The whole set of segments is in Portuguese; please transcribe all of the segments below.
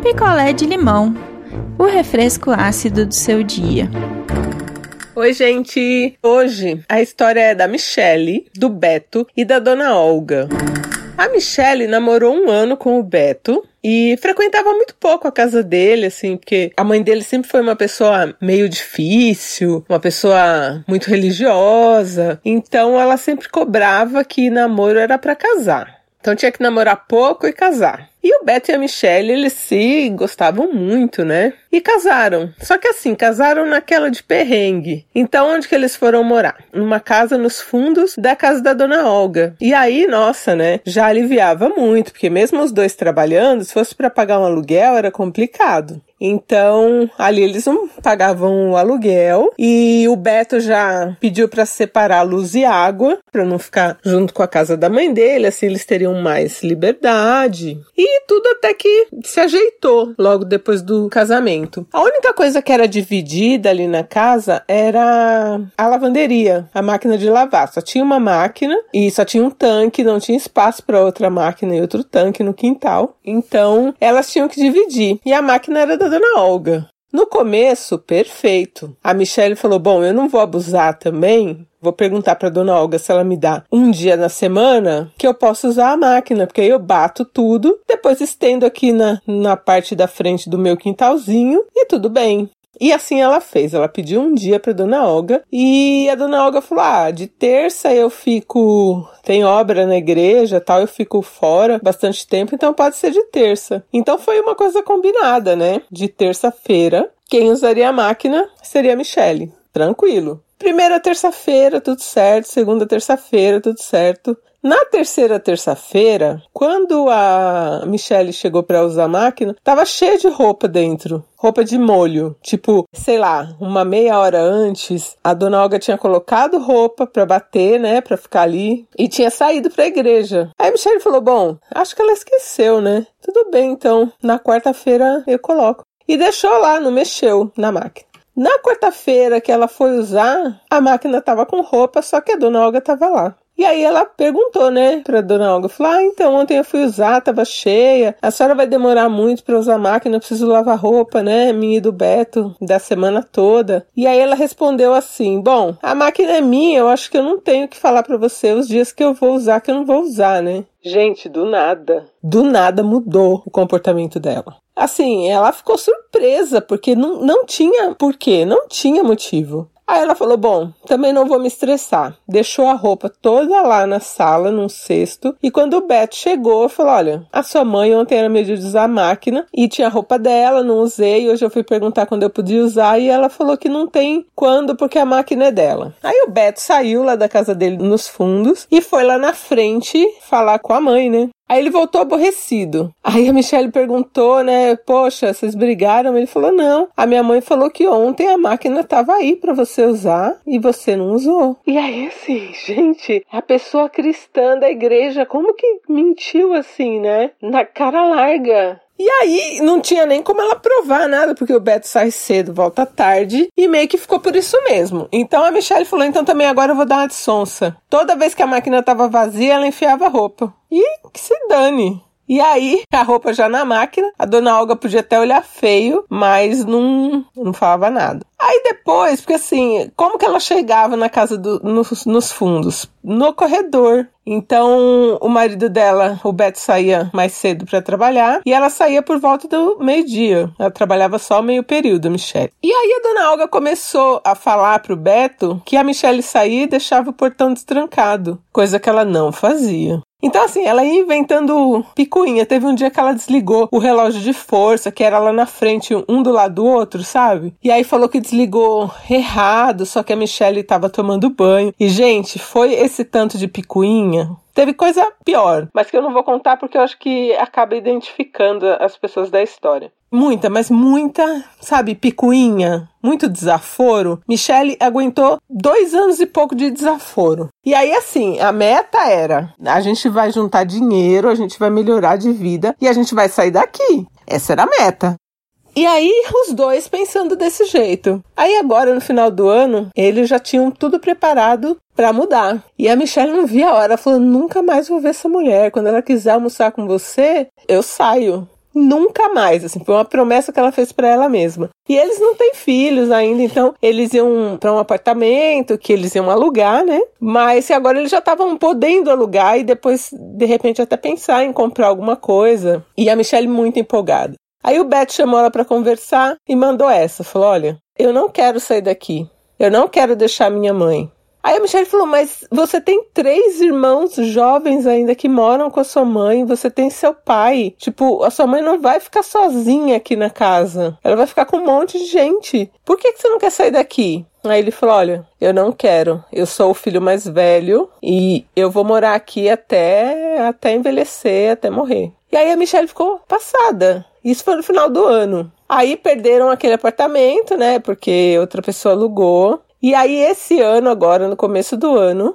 picolé de limão, o refresco ácido do seu dia. Oi, gente! Hoje a história é da Michele, do Beto e da Dona Olga. A Michele namorou 1 ano com o Beto e frequentava muito pouco a casa dele, assim, porque a mãe dele sempre foi uma pessoa meio difícil, uma pessoa muito religiosa, então ela sempre cobrava que namoro era pra casar. Então tinha que namorar pouco e casar. E o Beto e a Michele, eles se gostavam muito, né? E casaram. Só que assim, casaram naquela de perrengue. Então onde que eles foram morar? Numa casa nos fundos da casa da Dona Olga. E aí, nossa, né? Já aliviava muito, porque mesmo os dois trabalhando, se fosse para pagar um aluguel, era complicado. Então, ali eles não pagavam o aluguel e o Beto já pediu para separar luz e água, para não ficar junto com a casa da mãe dele, assim eles teriam mais liberdade. E tudo até que se ajeitou logo depois do casamento. A única coisa que era dividida ali na casa era a lavanderia, a máquina de lavar. Só tinha uma máquina e só tinha um tanque, não tinha espaço para outra máquina e outro tanque no quintal. Então, elas tinham que dividir. E a máquina era da Dona Olga. No começo, perfeito. A Michele falou, bom, eu não vou abusar também. Vou perguntar pra Dona Olga se ela me dá um dia na semana que eu posso usar a máquina, porque aí eu bato tudo, depois estendo aqui na parte da frente do meu quintalzinho e tudo bem. E assim ela fez, ela pediu um dia pra Dona Olga e a Dona Olga falou, de terça eu fico, tem obra na igreja tal, eu fico fora bastante tempo, então pode ser de terça. Então foi uma coisa combinada, né? De terça-feira, quem usaria a máquina seria a Michele, tranquilo. Primeira terça-feira, tudo certo, segunda terça-feira, tudo certo. Na terceira terça-feira, quando a Michele chegou para usar a máquina, tava cheia de roupa dentro. Roupa de molho. Tipo, sei lá, uma meia hora antes, a Dona Olga tinha colocado roupa pra bater, né, pra ficar ali, e tinha saído pra igreja. Aí a Michele falou, bom, acho que ela esqueceu, né? Tudo bem, então, na quarta-feira eu coloco. E deixou lá, não mexeu na máquina. Na quarta-feira que ela foi usar, a máquina tava com roupa, só que a Dona Olga tava lá. E aí ela perguntou, né, pra Dona Olga, falou, então ontem eu fui usar, tava cheia, a senhora vai demorar muito pra usar a máquina, eu preciso lavar roupa, né, minha e do Beto, da semana toda. E aí ela respondeu assim, bom, a máquina é minha, eu acho que eu não tenho que falar pra você os dias que eu vou usar, que eu não vou usar, né. Gente, do nada mudou o comportamento dela. Assim, ela ficou surpresa, porque não tinha porquê, não tinha motivo. Aí ela falou, bom, também não vou me estressar. Deixou a roupa toda lá na sala, num cesto. E quando o Beto chegou, falou, olha, a sua mãe ontem era meio de usar a máquina e tinha a roupa dela, não usei. Hoje eu fui perguntar quando eu podia usar e ela falou que não tem quando porque a máquina é dela. Aí o Beto saiu lá da casa dele nos fundos e foi lá na frente falar com a mãe, né? Aí ele voltou aborrecido. Aí a Michele perguntou, né, poxa, vocês brigaram? Ele falou, não, a minha mãe falou que ontem a máquina tava aí pra você usar e você não usou. E aí, assim, gente, a pessoa cristã da igreja, como que mentiu assim, né? Na cara larga. E aí, não tinha nem como ela provar nada, porque o Beto sai cedo, volta tarde, e meio que ficou por isso mesmo. Então a Michele falou, então também agora eu vou dar uma de sonsa. Toda vez que a máquina tava vazia, ela enfiava a roupa. E que se dane. E aí, a roupa já na máquina, a Dona Olga podia até olhar feio, mas não falava nada. Aí depois, porque assim, como que ela chegava na casa nos fundos? No corredor. Então, o marido dela, o Beto, saía mais cedo para trabalhar e ela saía por volta do meio-dia. Ela trabalhava só meio período, a Michele. E aí a Dona Olga começou a falar pro Beto que a Michele saía e deixava o portão destrancado, coisa que ela não fazia. Então, assim, ela ia inventando picuinha. Teve um dia que ela desligou o relógio de força, que era lá na frente, um do lado do outro, sabe? E aí falou que desligou errado, só que a Michele tava tomando banho. E, gente, foi esse tanto de picuinha. Teve coisa pior, mas que eu não vou contar porque eu acho que acaba identificando as pessoas da história. Muita, mas muita, sabe, picuinha, muito desaforo. Michele aguentou 2 anos e pouco de desaforo. E aí, assim, a meta era, a gente vai juntar dinheiro, a gente vai melhorar de vida e a gente vai sair daqui. Essa era a meta. E aí, os dois pensando desse jeito. Aí agora, no final do ano, eles já tinham tudo preparado pra mudar. E a Michele não via a hora, ela falou, nunca mais vou ver essa mulher. Quando ela quiser almoçar com você, eu saio. Nunca mais, assim, foi uma promessa que ela fez pra ela mesma. E eles não têm filhos ainda, então eles iam pra um apartamento que eles iam alugar, né? Mas agora eles já estavam podendo alugar e depois, de repente, até pensar em comprar alguma coisa. E a Michelle muito empolgada. Aí o Beto chamou ela pra conversar e mandou essa. Falou, olha, eu não quero sair daqui. Eu não quero deixar minha mãe. Aí a Michelle falou, mas você tem 3 irmãos jovens ainda que moram com a sua mãe, você tem seu pai. Tipo, a sua mãe não vai ficar sozinha aqui na casa. Ela vai ficar com um monte de gente. Por que você não quer sair daqui? Aí ele falou, olha, eu não quero. Eu sou o filho mais velho e eu vou morar aqui até envelhecer, até morrer. E aí a Michelle ficou passada. Isso foi no final do ano. Aí perderam aquele apartamento, né, porque outra pessoa alugou. E aí, esse ano agora, no começo do ano,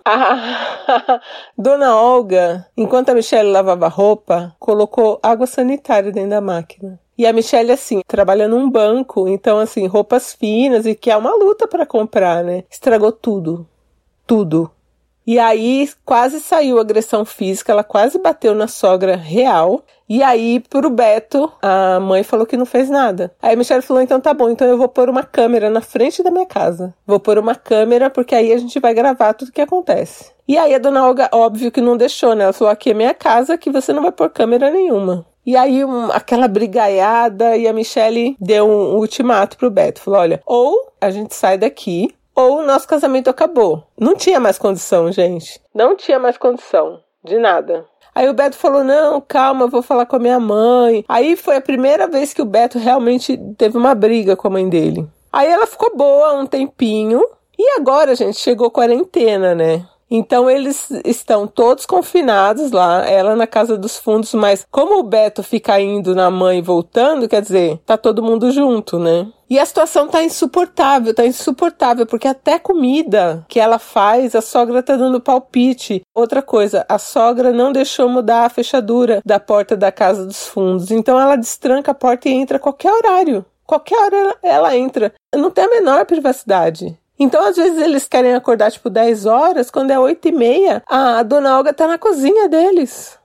a Dona Olga, enquanto a Michelle lavava roupa, colocou água sanitária dentro da máquina. E a Michelle, assim, trabalha num banco, então, assim, roupas finas e que é uma luta para comprar, né? Estragou tudo. Tudo. E aí, quase saiu agressão física, ela quase bateu na sogra real. E aí, pro Beto, a mãe falou que não fez nada. Aí a Michelle falou, então tá bom, então eu vou pôr uma câmera na frente da minha casa. Vou pôr uma câmera, porque aí a gente vai gravar tudo que acontece. E aí a Dona Olga, óbvio que não deixou, né? Ela falou, aqui é minha casa, que você não vai pôr câmera nenhuma. E aí, aquela brigaiada, e a Michelle deu um ultimato pro Beto. Falou, olha, ou a gente sai daqui, ou o nosso casamento acabou. Não tinha mais condição, gente. Não tinha mais condição de nada. Aí o Beto falou, não, calma, eu vou falar com a minha mãe. Aí foi a primeira vez que o Beto realmente teve uma briga com a mãe dele. Aí ela ficou boa um tempinho. E agora, gente, chegou quarentena, né? Então eles estão todos confinados lá, ela na casa dos fundos, mas como o Beto fica indo na mãe e voltando, quer dizer, tá todo mundo junto, né? E a situação tá insuportável, porque até comida que ela faz, a sogra tá dando palpite. Outra coisa, a sogra não deixou mudar a fechadura da porta da casa dos fundos, então ela destranca a porta e entra a qualquer horário. Qualquer hora ela entra, não tem a menor privacidade. Então, às vezes, eles querem acordar, 10 horas, quando é 8h30, a Dona Olga tá na cozinha deles.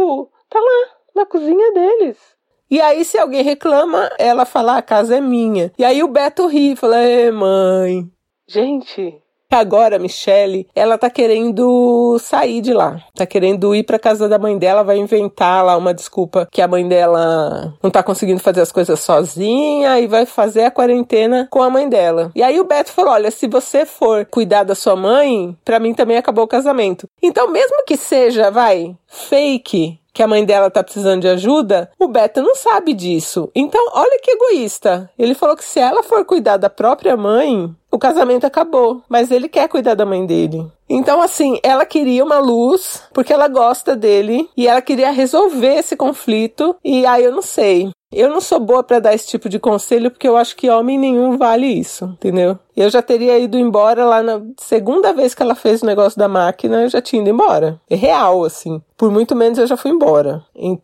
Tá lá, na cozinha deles. E aí, se alguém reclama, ela fala, a casa é minha. E aí o Beto ri, fala, mãe. Gente, agora a Michelle, ela tá querendo sair de lá. Tá querendo ir pra casa da mãe dela, vai inventar lá uma desculpa que a mãe dela não tá conseguindo fazer as coisas sozinha e vai fazer a quarentena com a mãe dela. E aí o Beto falou, olha, se você for cuidar da sua mãe, pra mim também acabou o casamento. Então, mesmo que seja, fake, que a mãe dela tá precisando de ajuda, o Beto não sabe disso. Então, olha que egoísta. Ele falou que se ela for cuidar da própria mãe, o casamento acabou. Mas ele quer cuidar da mãe dele. Então, assim, ela queria uma luz, porque ela gosta dele, e ela queria resolver esse conflito, e aí eu não sei. Eu não sou boa pra dar esse tipo de conselho, porque eu acho que homem nenhum vale isso, entendeu? Eu já teria ido embora lá na segunda vez que ela fez o negócio da máquina, eu já tinha ido embora. É real, assim. Por muito menos eu já fui embora.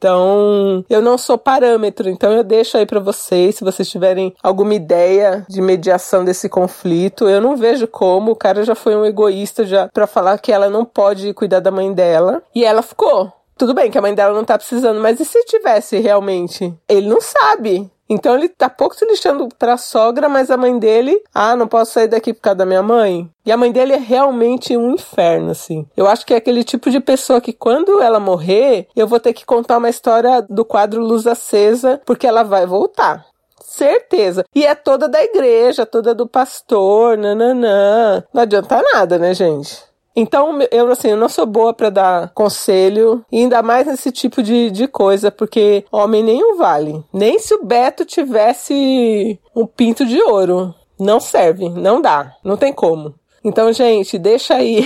Então, eu não sou parâmetro, então eu deixo aí pra vocês, se vocês tiverem alguma ideia de mediação desse conflito. Eu não vejo como, o cara já foi um egoísta já pra falar que ela não pode cuidar da mãe dela, e ela ficou. Tudo bem que a mãe dela não tá precisando, mas e se tivesse realmente? Ele não sabe. Então ele tá pouco se lixando pra sogra, mas a mãe dele, não posso sair daqui por causa da minha mãe. E a mãe dele é realmente um inferno, assim. Eu acho que é aquele tipo de pessoa que quando ela morrer, eu vou ter que contar uma história do quadro Luz Acesa, porque ela vai voltar. Certeza. E é toda da igreja, toda do pastor, nananã. Não adianta nada, né, gente? Então, eu não sou boa pra dar conselho, e ainda mais nesse tipo de coisa, porque homem nenhum vale. Nem se o Beto tivesse um pinto de ouro. Não serve, não dá, não tem como. Então, gente, deixa aí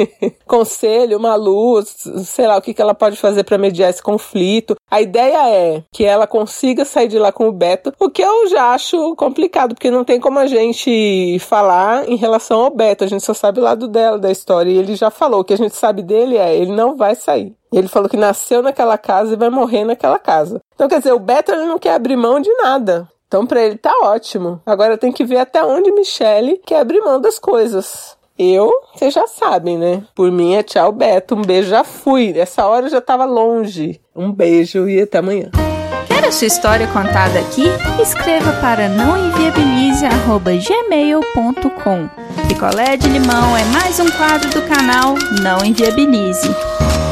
conselho, uma luz, sei lá, o que ela pode fazer pra mediar esse conflito. A ideia é que ela consiga sair de lá com o Beto, o que eu já acho complicado, porque não tem como a gente falar em relação ao Beto, a gente só sabe o lado dela, da história, e ele já falou, o que a gente sabe dele ele não vai sair. Ele falou que nasceu naquela casa e vai morrer naquela casa. Então, quer dizer, o Beto ele não quer abrir mão de nada. Então, pra ele tá ótimo. Agora tem que ver até onde Michelle quer abrir mão das coisas. Vocês já sabem, né? Por mim é tchau, Beto. Um beijo, já fui. Essa hora eu já tava longe. Um beijo e até amanhã. Quer a sua história contada aqui? Escreva para nãoenviabilize@gmail.com. Picolé de limão é mais um quadro do canal Não Enviabilize.